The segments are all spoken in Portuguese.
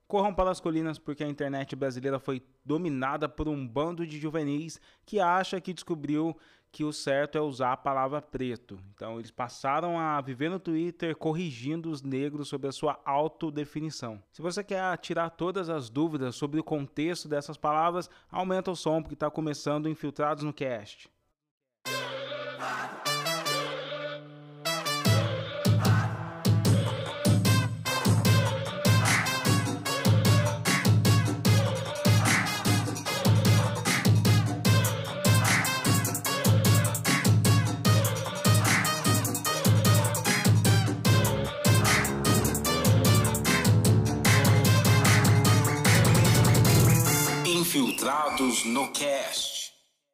Corram para as colinas porque a internet brasileira foi dominada por um bando de juvenis que acha que descobriu que o certo é usar a palavra preto. Então eles passaram a viver no Twitter corrigindo os negros sobre a sua autodefinição. Se você quer tirar todas as dúvidas sobre o contexto dessas palavras, aumenta o som porque está começando Infiltrados no Cast. Infiltrados no Cast.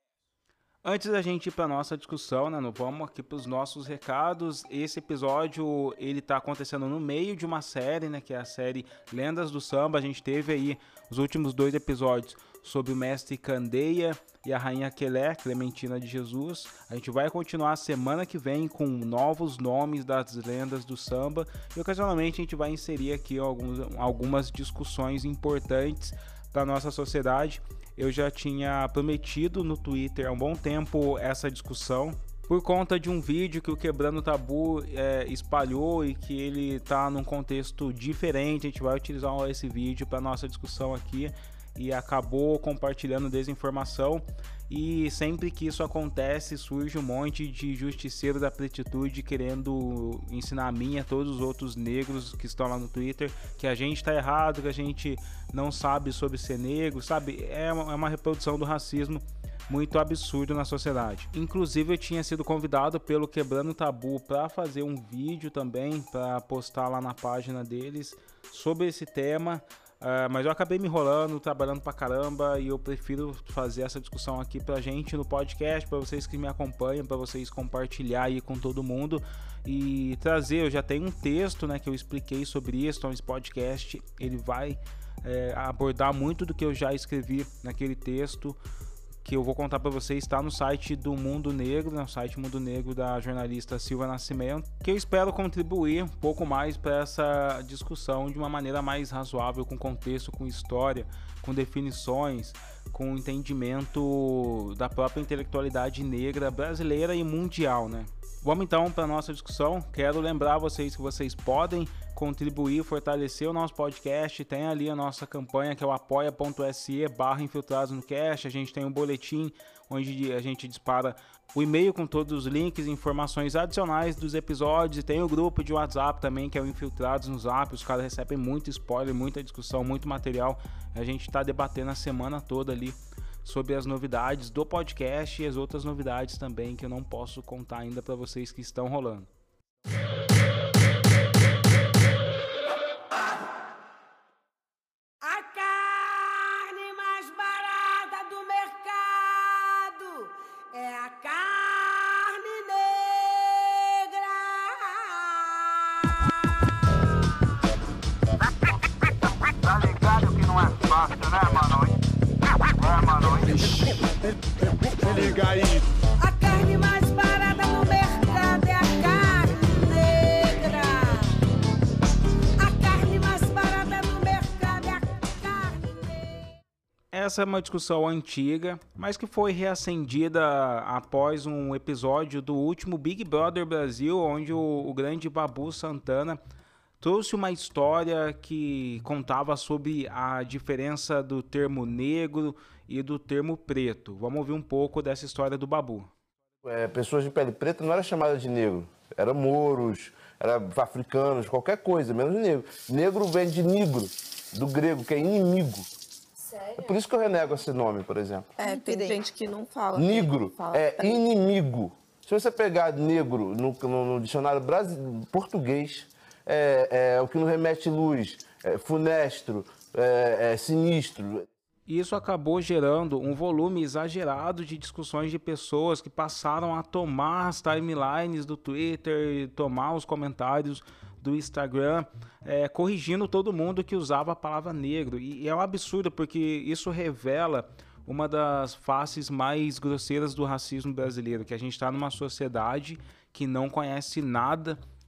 Antes da gente ir para nossa discussão, né, vamos aqui para os nossos recados. Esse episódio ele está acontecendo no meio de uma série, né, que é a série Lendas do Samba. A gente teve aí os últimos 2 episódios sobre o mestre Candeia e a rainha Quelé, Clementina de Jesus. A gente vai continuar a semana que vem com novos nomes das lendas do samba e ocasionalmente a gente vai inserir aqui algumas discussões importantes da nossa sociedade. Eu já tinha prometido no Twitter há um bom tempo essa discussão por conta de um vídeo que o Quebrando o Tabu espalhou e que ele está num contexto diferente. A gente vai utilizar esse vídeo para nossa discussão aqui e acabou compartilhando desinformação, e sempre que isso acontece surge um monte de justiceiro da pretitude querendo ensinar a mim e a todos os outros negros que estão lá no Twitter que a gente está errado, que a gente não sabe sobre ser negro, sabe? É uma reprodução do racismo muito absurdo na sociedade. Inclusive eu tinha sido convidado pelo Quebrando o Tabu para fazer um vídeo também, para postar lá na página deles sobre esse tema. Mas eu acabei me enrolando, trabalhando pra caramba, e eu prefiro fazer essa discussão aqui pra gente no podcast, pra vocês que me acompanham, pra vocês compartilhar aí com todo mundo e trazer. Eu já tenho um texto, né, que eu expliquei sobre isso, então esse podcast ele vai abordar muito do que eu já escrevi naquele texto, que eu vou contar para vocês, está no site do Mundo Negro, no site Mundo Negro da jornalista Silvia Nascimento, que eu espero contribuir um pouco mais para essa discussão de uma maneira mais razoável, com contexto, com história, com definições, com entendimento da própria intelectualidade negra brasileira e mundial, né? Vamos então para a nossa discussão. Quero lembrar vocês que vocês podem contribuir, fortalecer o nosso podcast. Tem ali a nossa campanha que é o apoia.se/infiltrados no cast. A gente tem um boletim onde a gente dispara o e-mail com todos os links e informações adicionais dos episódios, e tem o grupo de WhatsApp também, que é o Infiltrados no Zap. Os caras recebem muito spoiler, muita discussão, muito material. A gente está debatendo a semana toda ali sobre as novidades do podcast e as outras novidades também que eu não posso contar ainda para vocês que estão rolando. A carne mais barata do mercado é a carne negra. Tá ligado que não é fácil, né, mano? Se liga aí. A carne mais barata no mercado é a carne negra. A carne mais barata no mercado é a carne negra. Essa é uma discussão antiga, mas que foi reacendida após um episódio do último Big Brother Brasil, onde o grande Babu Santana trouxe uma história que contava sobre a diferença do termo negro e do termo preto. Vamos ouvir um pouco dessa história do Babu. Pessoas de pele preta não era chamada de negro, era mouros, era africanos, qualquer coisa, menos negro. Negro vem de nigro, do grego, que é inimigo. Sério? É por isso que eu renego esse nome, por exemplo. Tem gente que não fala. Negro é inimigo. Se você pegar negro no dicionário português, é o que não remete luz, funestro, sinistro. Isso acabou gerando um volume exagerado de discussões de pessoas que passaram a tomar as timelines do Twitter, tomar os comentários do Instagram, corrigindo todo mundo que usava a palavra negro. E é um absurdo, porque isso revela uma das faces mais grosseiras do racismo brasileiro, que a gente está numa sociedade que não conhece nada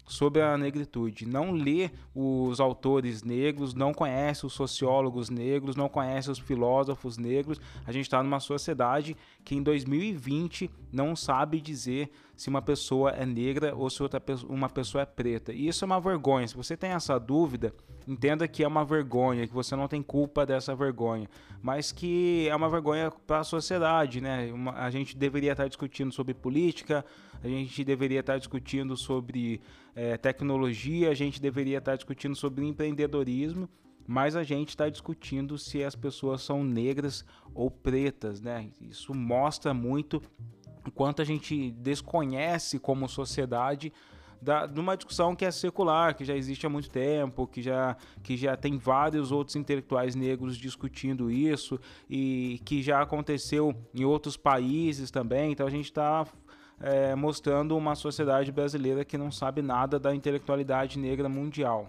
sobre a negritude, não lê os autores negros, não conhece os sociólogos negros, não conhece os filósofos negros. A gente está numa sociedade que em 2020 não sabe dizer se uma pessoa é negra ou se uma pessoa é preta. E isso é uma vergonha. Se você tem essa dúvida, entenda que é uma vergonha, que você não tem culpa dessa vergonha, mas que é uma vergonha para a sociedade, né? A gente deveria estar discutindo sobre política, a gente deveria estar discutindo sobre tecnologia, a gente deveria estar discutindo sobre empreendedorismo, mas a gente está discutindo se as pessoas são negras ou pretas, né? Isso mostra muito o quanto a gente desconhece como sociedade numa discussão que é secular, que já existe há muito tempo, que já tem vários outros intelectuais negros discutindo isso e que já aconteceu em outros países também. Então a gente está mostrando uma sociedade brasileira que não sabe nada da intelectualidade negra mundial.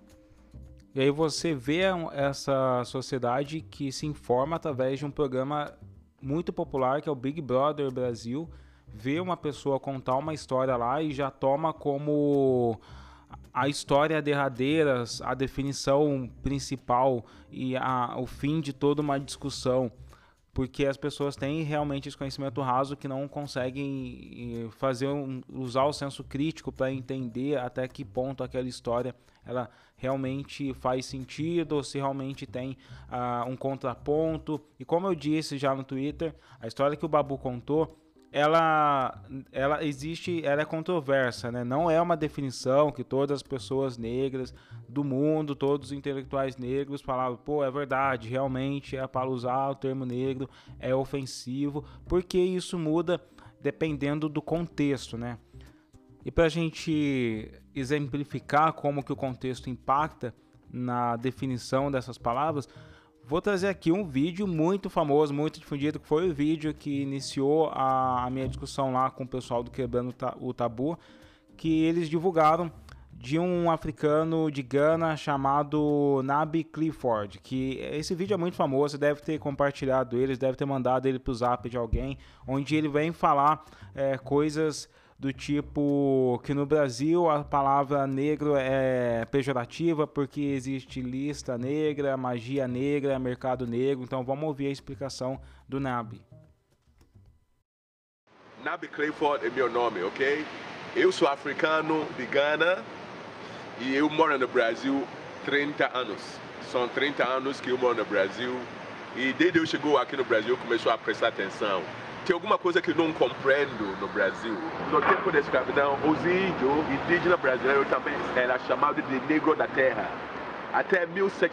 E aí você vê essa sociedade que se informa através de um programa muito popular que é o Big Brother Brasil, vê uma pessoa contar uma história lá e já toma como a história derradeira, a definição principal e o fim de toda uma discussão, porque as pessoas têm realmente esse conhecimento raso que não conseguem usar o senso crítico para entender até que ponto aquela história ela realmente faz sentido, ou se realmente tem um contraponto. E como eu disse já no Twitter, a história que o Babu contou, ela existe, ela é controversa, né? Não é uma definição que todas as pessoas negras do mundo, todos os intelectuais negros falavam, pô, é verdade, realmente para usar o termo negro é ofensivo, porque isso muda dependendo do contexto, né? E para a gente exemplificar como que o contexto impacta na definição dessas palavras, vou trazer aqui um vídeo muito famoso, muito difundido, que foi o vídeo que iniciou a minha discussão lá com o pessoal do Quebrando o Tabu, que eles divulgaram de um africano de Gana chamado Nabi Clifford, que esse vídeo é muito famoso, você deve ter compartilhado ele, deve ter mandado ele para o zap de alguém, onde ele vem falar coisas do tipo que no Brasil a palavra negro é pejorativa porque existe lista negra, magia negra, mercado negro. Então vamos ouvir a explicação do Nabi. Nabi Clifford é meu nome, ok? Eu sou africano de Gana e eu moro no Brasil 30 anos. São 30 anos que eu moro no Brasil e desde que eu chegou aqui no Brasil comecei a prestar atenção. Tem alguma coisa que eu não compreendo no Brasil. No tempo da escravidão, os índios, indígenas brasileiros também era chamado de negro da terra. Até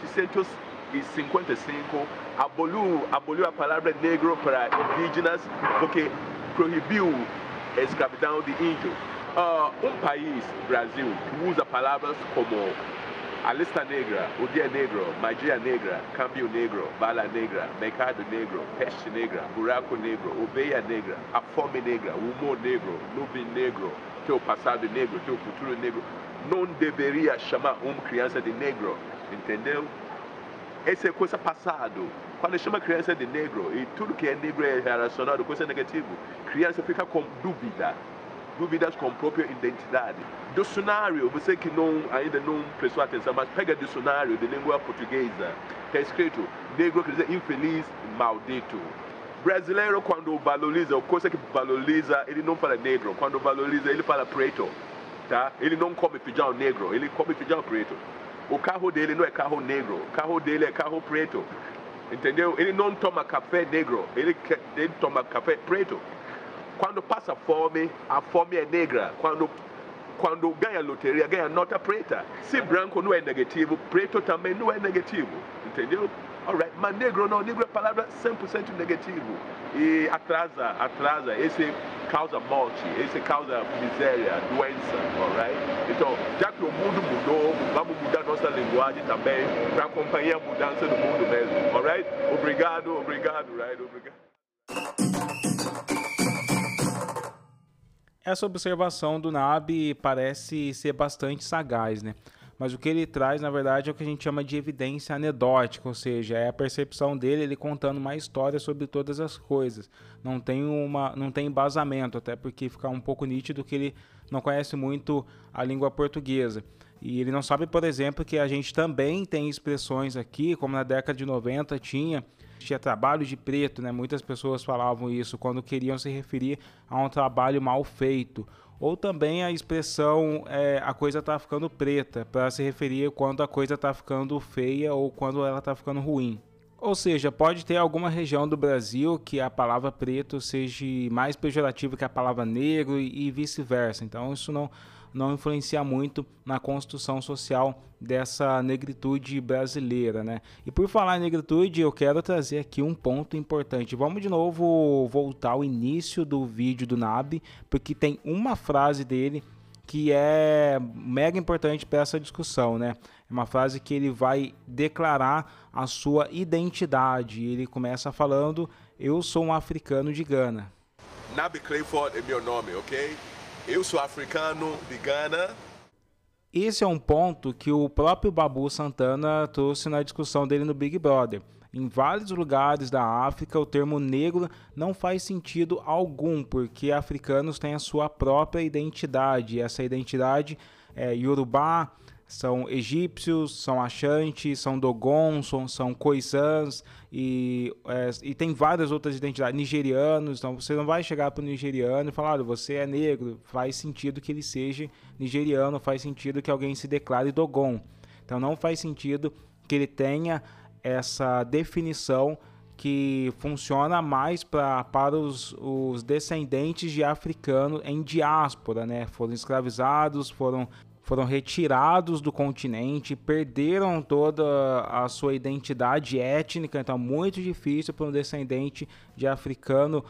1755, aboliu a palavra negro para indígenas porque proibiu a escravidão de índio. Um país, Brasil, que usa palavras como a lista negra, o dia negro, magia negra, câmbio negro, bala negra, mercado negro, peste negra, buraco negro, ovelha negra, a fome negra, o humor negro, nuvem negro, teu passado negro, teu futuro negro, não deveria chamar uma criança de negro, entendeu? Essa é coisa passada. Quando chama criança de negro, e tudo que é negro é relacionado com coisa negativa, criança fica com dúvidas com a própria identidade. Dicionário, você que ainda não prestou atenção, mas pega dicionário de língua portuguesa. Está escrito, negro quer dizer infeliz, maldito. Brasileiro, quando valoriza, a coisa que valoriza, ele não fala negro. Quando valoriza, ele fala preto. Tá? Ele não come feijão negro, ele come feijão preto. O carro dele não é carro negro, o carro dele é carro preto. Entendeu? Ele não toma café negro, ele toma café preto. Quando passa fome, a fome é negra. Quando ganha loteria, ganha nota preta. Se branco não é negativo, preto também não é negativo. Entendeu? Alright. Mas negro não, negro é palavra 100% negativo. E atrasa. Esse causa morte, esse causa miséria, doença. Alright? Então, já que o mundo mudou, vamos mudar nossa linguagem também para acompanhar a mudança do mundo mesmo. Alright? Obrigado, right? Obrigado. Essa observação do Nabi parece ser bastante sagaz, né? mas o que ele traz, na verdade, é o que a gente chama de evidência anedótica, ou seja, é a percepção dele, ele contando uma história sobre todas as coisas. Não tem embasamento, até porque fica um pouco nítido que ele não conhece muito a língua portuguesa. E ele não sabe, por exemplo, que a gente também tem expressões aqui, como na década de 90 tinha trabalho de preto, né? Muitas pessoas falavam isso quando queriam se referir a um trabalho mal feito. Ou também a expressão a coisa tá ficando preta, para se referir quando a coisa tá ficando feia ou quando ela tá ficando ruim. Ou seja, pode ter alguma região do Brasil que a palavra preto seja mais pejorativa que a palavra negro e vice-versa. Então isso não influencia muito na construção social dessa negritude brasileira, né? E por falar em negritude, eu quero trazer aqui um ponto importante. Vamos de novo voltar ao início do vídeo do Nabi, porque tem uma frase dele que é mega importante para essa discussão, né? É uma frase que ele vai declarar a sua identidade. Ele começa falando: eu sou um africano de Gana. Nabi Clifford é meu nome, ok? Eu sou africano de Gana. Esse é um ponto que o próprio Babu Santana trouxe na discussão dele no Big Brother. Em vários lugares da África, o termo negro não faz sentido algum, porque africanos têm a sua própria identidade. Essa identidade é Yorubá, são egípcios, são Ashanti, são Dogon, são Khoisans e tem várias outras identidades, nigerianos. Então você não vai chegar para o nigeriano e falar: olha, você é negro. Faz sentido que ele seja nigeriano, faz sentido que alguém se declare Dogon. Então não faz sentido que ele tenha essa definição que funciona mais para os descendentes de africanos em diáspora, né? Foram escravizados, foram retirados do continente, perderam toda a sua identidade étnica. Então é muito difícil para um descendente de africano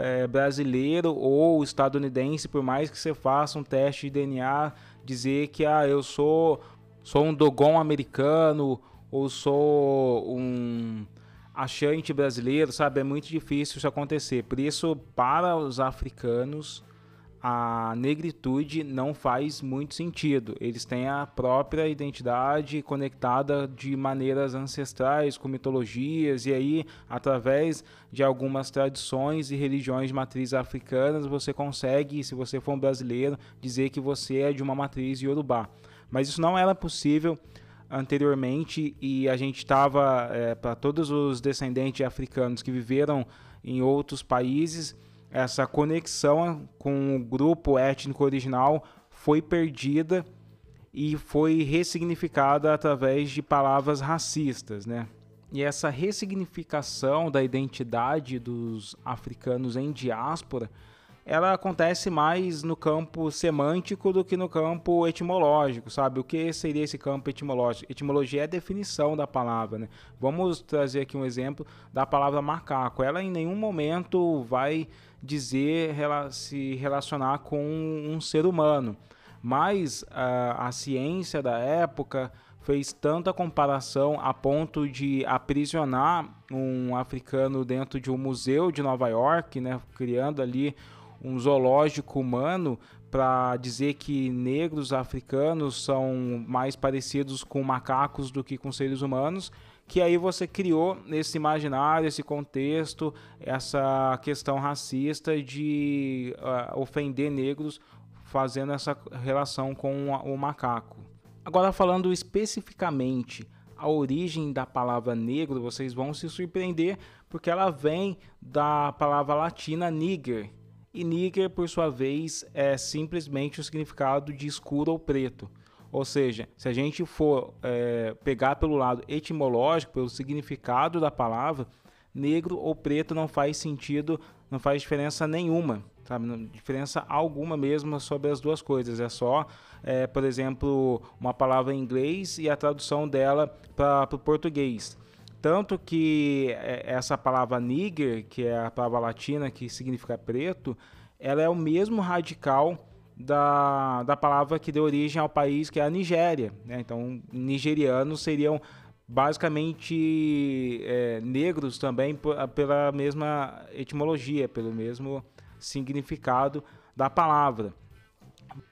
brasileiro ou estadunidense, por mais que você faça um teste de DNA, dizer que eu sou um Dogon americano ou sou um Ashanti brasileiro, sabe? É muito difícil isso acontecer. Por isso, para os africanos, a negritude não faz muito sentido. Eles têm a própria identidade conectada de maneiras ancestrais, com mitologias, e aí, através de algumas tradições e religiões de matriz africanas, você consegue, se você for um brasileiro, dizer que você é de uma matriz iorubá. Mas isso não era possível anteriormente, e a gente estava, para todos os descendentes africanos que viveram em outros países, essa conexão com o grupo étnico original foi perdida e foi ressignificada através de palavras racistas, né? E essa ressignificação da identidade dos africanos em diáspora, ela acontece mais no campo semântico do que no campo etimológico, sabe? O que seria esse campo etimológico? Etimologia é a definição da palavra, né? Vamos trazer aqui um exemplo da palavra macaco. Ela em nenhum momento vai dizer se relacionar com um ser humano, mas a ciência da época fez tanta comparação a ponto de aprisionar um africano dentro de um museu de Nova York, né, criando ali um zoológico humano para dizer que negros africanos são mais parecidos com macacos do que com seres humanos, que aí você criou esse imaginário, esse contexto, essa questão racista de ofender negros, fazendo essa relação com o macaco. Agora, falando especificamente a origem da palavra negro, vocês vão se surpreender, porque ela vem da palavra latina nigger. E nigger, por sua vez, é simplesmente o significado de escuro ou preto. Ou seja, se a gente for pegar pelo lado etimológico, pelo significado da palavra, negro ou preto não faz sentido, não faz diferença nenhuma, sabe? Não, diferença alguma mesmo sobre as duas coisas. É só, por exemplo, uma palavra em inglês e a tradução dela para o português. Tanto que essa palavra nigger, que é a palavra latina que significa preto, ela é o mesmo radical da palavra que deu origem ao país, que é a Nigéria, né? Então, nigerianos seriam basicamente negros também pela mesma etimologia, pelo mesmo significado da palavra.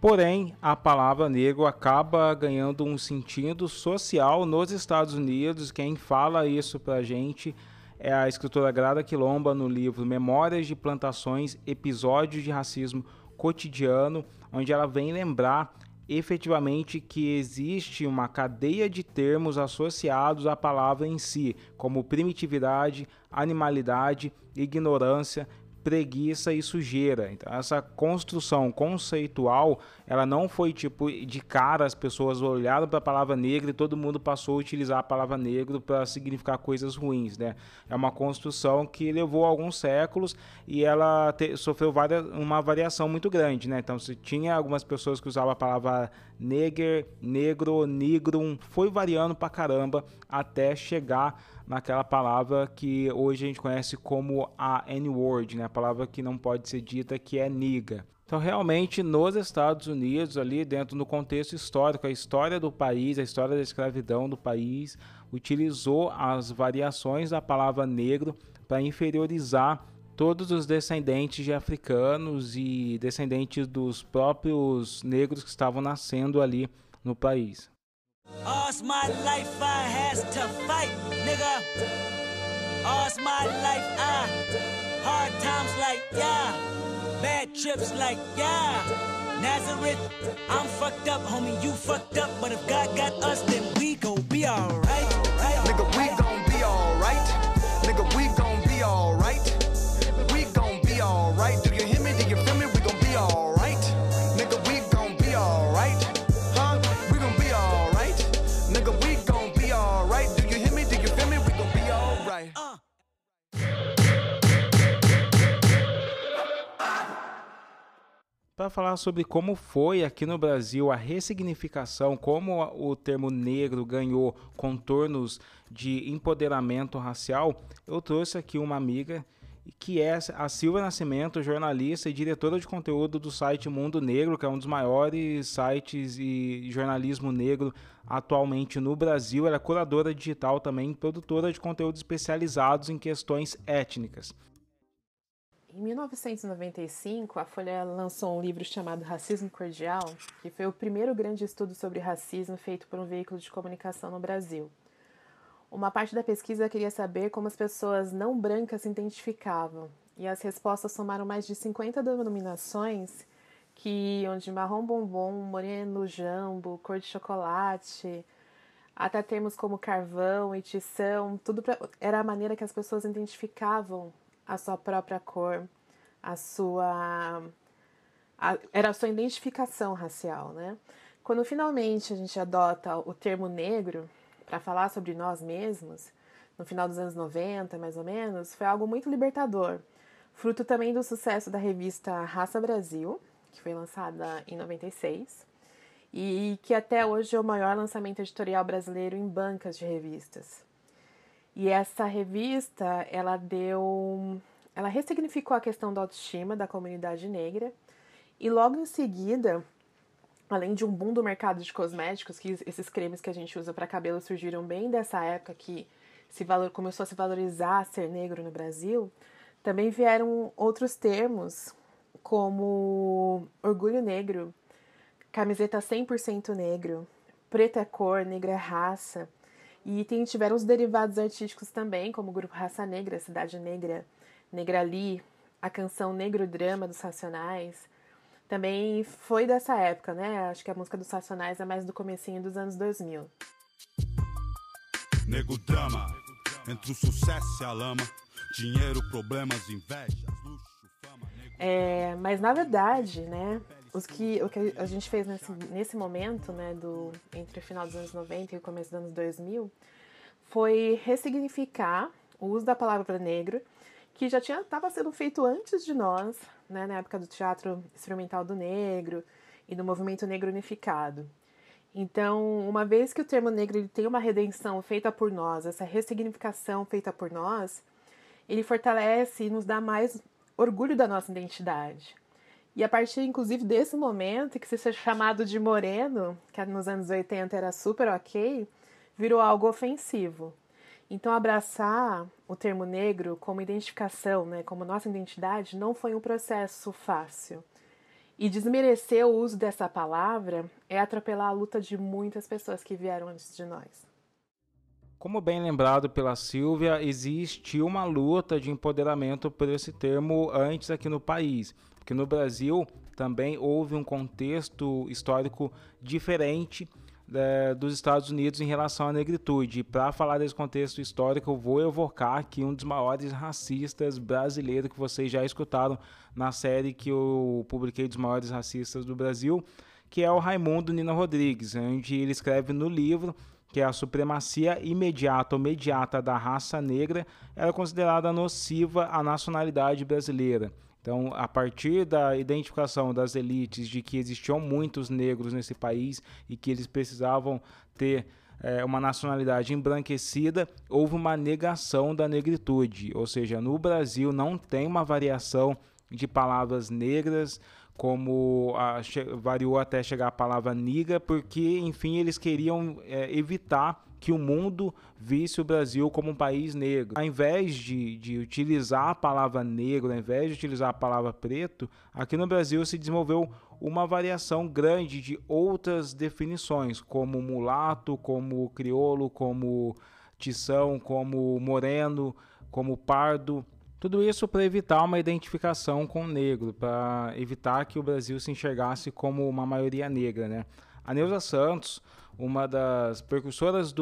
Porém, a palavra negro acaba ganhando um sentido social nos Estados Unidos. Quem fala isso pra gente é a escritora Grada Quilomba no livro Memórias de Plantações, Episódios de Racismo Cotidiano, onde ela vem lembrar efetivamente que existe uma cadeia de termos associados à palavra em si, como primitividade, animalidade, ignorância, preguiça e sujeira. Então, essa construção conceitual, ela não foi tipo de cara, as pessoas olharam para a palavra negro e todo mundo passou a utilizar a palavra negro para significar coisas ruins, né? É uma construção que levou alguns séculos e ela sofreu uma variação muito grande, né? Então, se tinha algumas pessoas que usavam a palavra neger, negro, nigrum, foi variando pra caramba até chegar naquela palavra que hoje a gente conhece como a N-word, né? A palavra que não pode ser dita, que é niga. Então, realmente, nos Estados Unidos, ali dentro do contexto histórico, a história do país, a história da escravidão do país, utilizou as variações da palavra negro para inferiorizar todos os descendentes de africanos e descendentes dos próprios negros que estavam nascendo ali no país. All's my life I has to fight, nigga. All's my life hard times like yeah, bad trips like yeah. Nazareth, I'm fucked up, homie, you fucked up, but if God got us, then we gon' be alright. Nigga, we gon' be alright. Nigga, we gon' be alright. We gon' be alright. Do you hear me? Do you feel me? We gon' be alright. Nigga, we gon' be alright. Huh? We gon' be alright. Nigga, we gon' be alright. Do you hear me? Do you feel me? We gon' be alright. Para falar sobre como foi aqui no Brasil a ressignificação, como o termo negro ganhou contornos de empoderamento racial, eu trouxe aqui uma amiga que é a Silvia Nascimento, jornalista e diretora de conteúdo do site Mundo Negro, que é um dos maiores sites de jornalismo negro atualmente no Brasil. Ela é curadora digital também, produtora de conteúdos especializados em questões étnicas. Em 1995, a Folha lançou um livro chamado Racismo Cordial, que foi o primeiro grande estudo sobre racismo feito por um veículo de comunicação no Brasil. Uma parte da pesquisa queria saber como as pessoas não brancas se identificavam, e as respostas somaram mais de 50 denominações que iam de marrom bombom, moreno, jambo, cor de chocolate, até termos como carvão e tição, era a maneira que as pessoas identificavam a sua própria cor, era a sua identificação racial, né? Quando finalmente a gente adota o termo negro para falar sobre nós mesmos, no final dos anos 90, mais ou menos, foi algo muito libertador, fruto também do sucesso da revista Raça Brasil, que foi lançada em 96, e que até hoje é o maior lançamento editorial brasileiro em bancas de revistas. E essa revista, ela ressignificou a questão da autoestima da comunidade negra e logo em seguida, além de um boom do mercado de cosméticos, que esses cremes que a gente usa para cabelo surgiram bem dessa época que começou a se valorizar ser negro no Brasil, também vieram outros termos como orgulho negro, camiseta 100% negro, preto é cor, negro é raça. E tiveram os derivados artísticos também, como o grupo Raça Negra, Cidade Negra, Negrali, a canção Negro Drama dos Racionais. Também foi dessa época, né? Acho que a música dos Racionais é mais do comecinho dos anos 2000. Negro drama, entre o sucesso e a lama, dinheiro, problemas, invejas, luxo, fama... Mas na verdade, né? O que a gente fez nesse momento, né, entre o final dos anos 90 e o começo dos anos 2000, foi ressignificar o uso da palavra negro, que já estava sendo feito antes de nós, né, na época do teatro experimental do negro e do movimento negro unificado. Então, uma vez que o termo negro ele tem uma redenção feita por nós, essa ressignificação feita por nós, ele fortalece e nos dá mais orgulho da nossa identidade. E a partir, inclusive, desse momento, que se ser chamado de moreno, que nos anos 80 era super ok, virou algo ofensivo. Então, abraçar o termo negro como identificação, né, como nossa identidade, não foi um processo fácil. E desmerecer o uso dessa palavra é atropelar a luta de muitas pessoas que vieram antes de nós. Como bem lembrado pela Silvia, existe uma luta de empoderamento por esse termo antes aqui no país, porque no Brasil também houve um contexto histórico diferente dos Estados Unidos em relação à negritude. E para falar desse contexto histórico, eu vou evocar aqui um dos maiores racistas brasileiros que vocês já escutaram na série que eu publiquei dos maiores racistas do Brasil, que é o Raimundo Nina Rodrigues, onde ele escreve no livro que a supremacia imediata ou mediata da raça negra era considerada nociva à nacionalidade brasileira. Então, a partir da identificação das elites de que existiam muitos negros nesse país e que eles precisavam ter uma nacionalidade embranquecida, houve uma negação da negritude. Ou seja, no Brasil não tem uma variação de palavras negras, como variou até chegar a palavra niga, porque, enfim, eles queriam evitar que o mundo visse o Brasil como um país negro. Ao invés de utilizar a palavra negro, ao invés de utilizar a palavra preto, aqui no Brasil se desenvolveu uma variação grande de outras definições, como mulato, como crioulo, como tição, como moreno, como pardo. Tudo isso para evitar uma identificação com o negro, para evitar que o Brasil se enxergasse como uma maioria negra, né? A Neuza Santos, uma das precursoras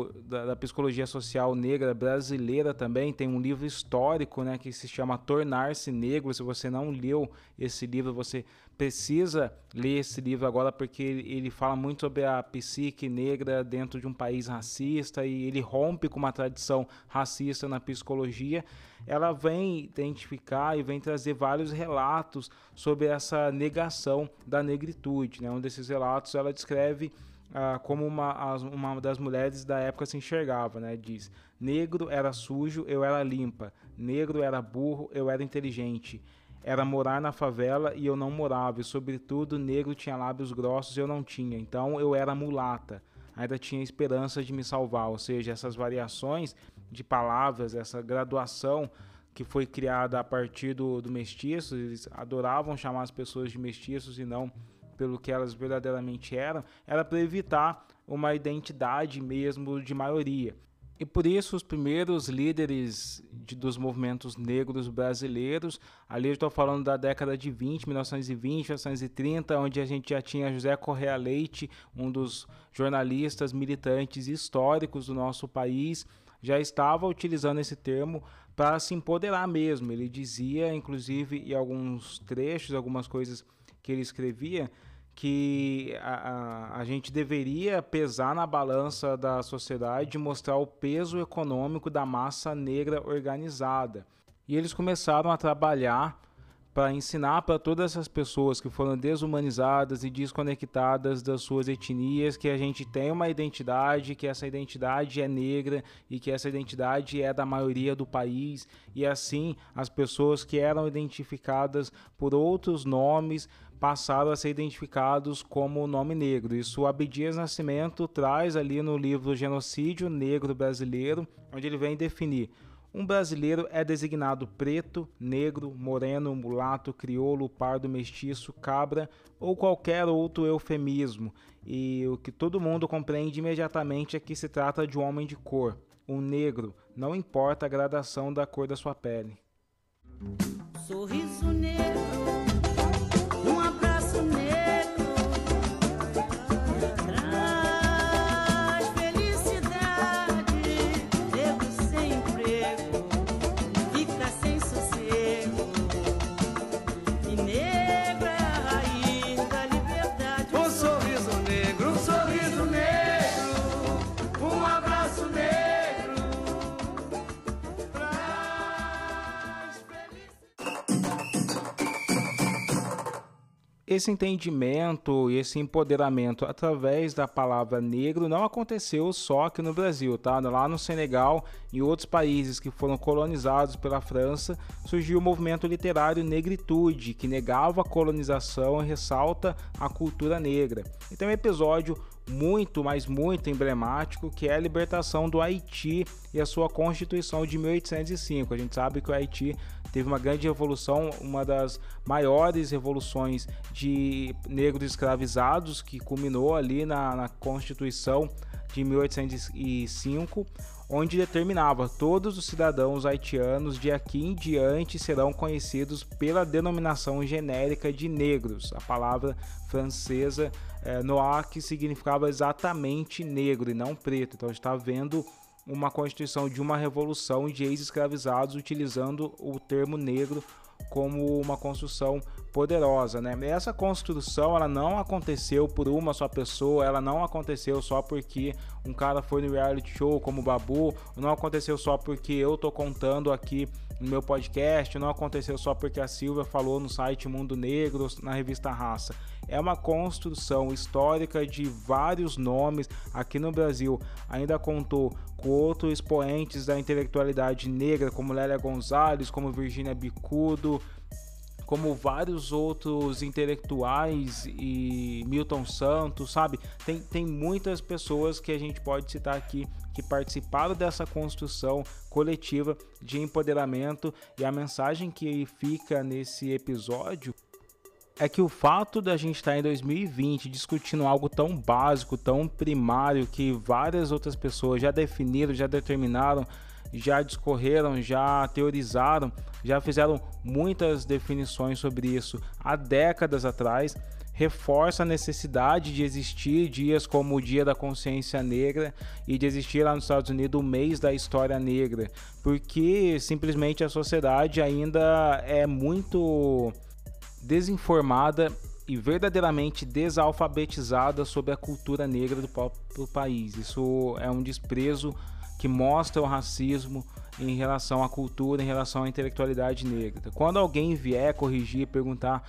da psicologia social negra brasileira também, tem um livro histórico, né, que se chama Tornar-se Negro. Se você não leu esse livro, você precisa ler esse livro agora, porque ele fala muito sobre a psique negra dentro de um país racista e ele rompe com uma tradição racista na psicologia. Ela vem identificar e vem trazer vários relatos sobre essa negação da negritude, né? Um desses relatos ela descreve como uma das mulheres da época se enxergava, né? Diz: negro era sujo, eu era limpa. Negro era burro, eu era inteligente. Era morar na favela e eu não morava. E sobretudo, negro tinha lábios grossos e eu não tinha. Então eu era mulata. Ainda tinha esperança de me salvar. Ou seja, essas variações de palavras, essa graduação que foi criada a partir do mestiço, eles adoravam chamar as pessoas de mestiços e não pelo que elas verdadeiramente eram, era para evitar uma identidade mesmo de maioria. E por isso os primeiros líderes dos movimentos negros brasileiros, ali eu estou falando da década de 1920, 1930, onde a gente já tinha José Correa Leite, um dos jornalistas militantes históricos do nosso país, já estava utilizando esse termo para se empoderar mesmo. Ele dizia, inclusive, em alguns trechos, algumas coisas que ele escrevia, que a gente deveria pesar na balança da sociedade e mostrar o peso econômico da massa negra organizada. E eles começaram a trabalhar para ensinar para todas essas pessoas que foram desumanizadas e desconectadas das suas etnias que a gente tem uma identidade, que essa identidade é negra e que essa identidade é da maioria do país. E assim, as pessoas que eram identificadas por outros nomes passaram a ser identificados como nome negro. Isso o Abdias Nascimento traz ali no livro Genocídio Negro Brasileiro, onde ele vem definir: um brasileiro é designado preto, negro, moreno, mulato, crioulo, pardo, mestiço, cabra ou qualquer outro eufemismo. E o que todo mundo compreende imediatamente é que se trata de um homem de cor, um negro, não importa a gradação da cor da sua pele. Sorriso negro, um abraço negro, traz felicidade. Negro sem emprego, fica sem sossego. E negro é a raiz da liberdade. Um sorriso negro, um abraço negro, traz felicidade. Esse entendimento e esse empoderamento através da palavra negro não aconteceu só aqui no Brasil, tá? Lá no Senegal e outros países que foram colonizados pela França, surgiu o movimento literário Negritude, que negava a colonização e ressalta a cultura negra. E tem um episódio muito, mas muito emblemático, que é a libertação do Haiti e a sua Constituição de 1805. A gente sabe que o Haiti teve uma grande revolução, uma das maiores revoluções de negros escravizados, que culminou ali na Constituição de 1805, onde determinava todos os cidadãos haitianos de aqui em diante serão conhecidos pela denominação genérica de negros, a palavra francesa noir, que significava exatamente negro e não preto. Então a gente está vendo uma constituição de uma revolução de ex-escravizados utilizando o termo negro como uma construção poderosa, né? Essa construção, ela não aconteceu por uma só pessoa, ela não aconteceu só porque um cara foi no reality show como o Babu, não aconteceu só porque eu tô contando aqui no meu podcast, não aconteceu só porque a Silvia falou no site Mundo Negro, na revista Raça. É uma construção histórica de vários nomes. Aqui no Brasil ainda contou com outros expoentes da intelectualidade negra, como Lélia Gonzalez, como Virgínia Bicudo, como vários outros intelectuais, e Milton Santos, sabe? Tem muitas pessoas que a gente pode citar aqui que participaram dessa construção coletiva de empoderamento, e a mensagem que fica nesse episódio é que o fato da gente estar em 2020 discutindo algo tão básico, tão primário, que várias outras pessoas já definiram, já determinaram, já discorreram, já teorizaram, já fizeram muitas definições sobre isso há décadas atrás, reforça a necessidade de existir dias como o Dia da Consciência Negra e de existir lá nos Estados Unidos o mês da História Negra, porque simplesmente a sociedade ainda é muito desinformada e verdadeiramente desalfabetizada sobre a cultura negra do próprio país. Isso é um desprezo que mostra o racismo em relação à cultura, em relação à intelectualidade negra. Quando alguém vier corrigir, perguntar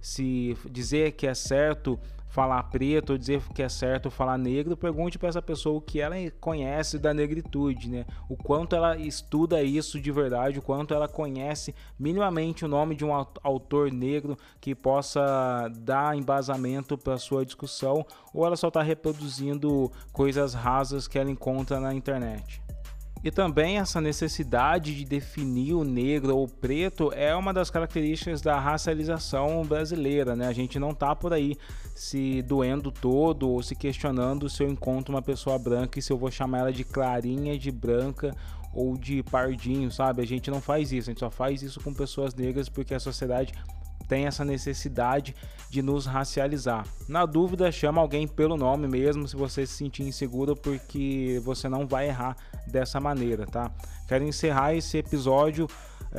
se dizer que é certo falar preto ou dizer que é certo falar negro, pergunte para essa pessoa o que ela conhece da negritude, né? O quanto ela estuda isso de verdade, o quanto ela conhece minimamente o nome de um autor negro que possa dar embasamento para sua discussão, ou ela só está reproduzindo coisas rasas que ela encontra na internet. E também essa necessidade de definir o negro ou o preto é uma das características da racialização brasileira, né? A gente não tá por aí se doendo todo ou se questionando se eu encontro uma pessoa branca e se eu vou chamar ela de clarinha, de branca ou de pardinho, sabe? A gente não faz isso, a gente só faz isso com pessoas negras porque a sociedade tem essa necessidade de nos racializar. Na dúvida, chama alguém pelo nome mesmo, se você se sentir inseguro, porque você não vai errar dessa maneira, tá? Quero encerrar esse episódio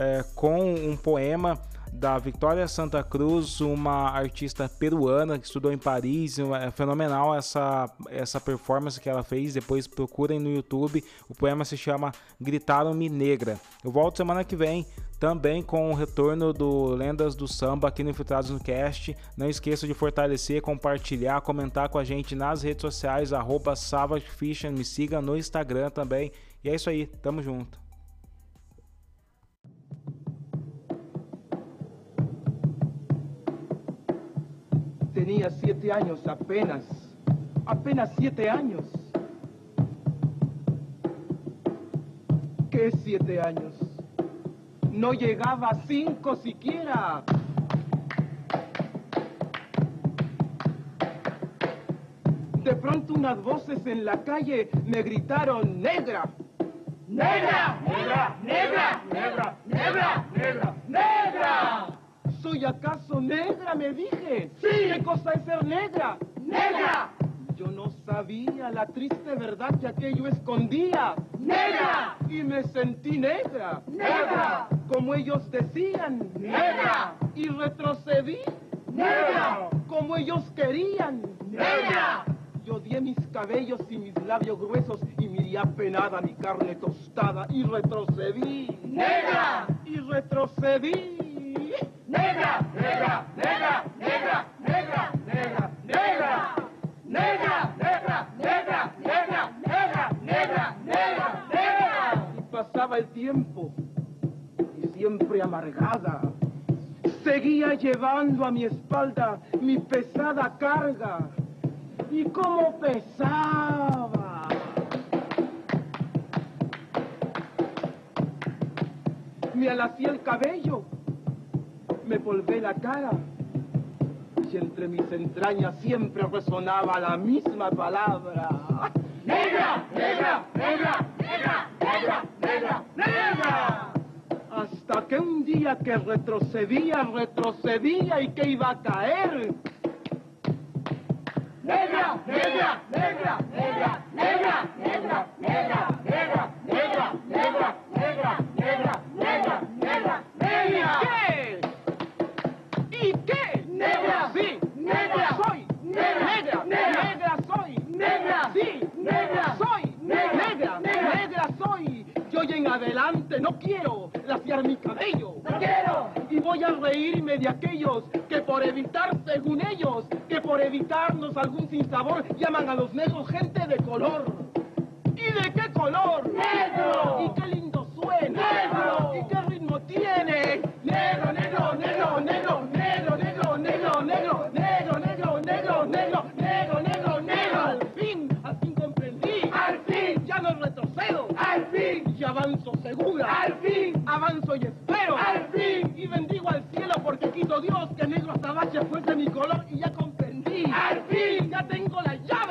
com um poema da Victoria Santa Cruz, uma artista peruana que estudou em Paris. É fenomenal essa performance que ela fez, depois procurem no YouTube. O poema se chama Gritaram-me Negra. Eu volto semana que vem, também com o retorno do Lendas do Samba aqui no Infiltrados no Cast. Não esqueça de fortalecer, compartilhar, comentar com a gente nas redes sociais, @SavageFisher, me siga no Instagram também. E é isso aí, tamo junto. Tenía 7 años apenas 7 años. ¿Qué 7 años? No llegaba a 5 siquiera. De pronto unas voces en la calle me gritaron ¡negra! ¡Negra! ¡Negra! ¡Negra! ¡Negra! ¡Negra! ¡Negra! ¡Negra! ¿Soy acaso negra?, me dije. ¡Sí! ¿Qué cosa es ser negra? ¡Negra! Yo no sabía la triste verdad que aquello escondía. ¡Negra! Y me sentí negra. ¡Negra! Como ellos decían. ¡Negra! Y retrocedí. ¡Negra! Como ellos querían. ¡Negra! Yo odié mis cabellos y mis labios gruesos y miré apenada mi carne tostada y retrocedí. ¡Negra! Y retrocedí. ¡Negra! ¡Negra! ¡Negra! ¡Negra! ¡Negra! ¡Negra! ¡Negra! ¡Negra! ¡Negra! ¡Negra! ¡Negra! ¡Negra! ¡Negra! ¡Negra! ¡Negra! Y pasaba el tiempo y siempre amargada seguía llevando a mi espalda mi pesada carga. y cómo pesaba. Me alacé el cabello, me polvé la cara y entre mis entrañas siempre resonaba la misma palabra. ¡Negra! ¡Negra! ¡Negra! ¡Negra! ¡Negra! ¡Negra! ¡Negra! Hasta que un día que retrocedía y que iba a caer. ¡Negra! ¡Negra! ¡Negra! ¡Negra! ¡Negra! ¡Negra! ¡Negra! ¡Negra! ¡Negra! ¡Negra! ¡Negra! ¡Negra! ¡Negra! ¡Negra! ¡Negra! ¿Y qué? ¡Negra! ¡Sí! ¡Negra! ¡Soy! ¡Negra! ¡Negra soy! ¡Negra! ¡Sí! ¡Negra! ¡Soy! ¡Negra! ¡Negra soy! Yo y en adelante no quiero laciar mi cabello. ¡No quiero! Y voy a reírme de aquellos que por evitar, según ellos, que por evitarnos algún sinsabor, llaman a los negros gente de color. ¿Y de qué color? ¡Negro! ¿Y qué lindo suena? ¡Negro! ¿Y qué ritmo tiene? ¡Negro, negro, negro, negro, negro, negro, negro, negro, negro, negro, negro, negro, negro, negro, negro! Al fin comprendí. ¡Al fin! Ya no retrocedo. ¡Al fin! Y avanzo segura. ¡Al fin! Avanzo y espero. ¡Al fin! Y bendigo al cielo porque quito Dios que negro azabache fuese mi color y ya comprendí. ¡Al fin! Ya tengo la llave.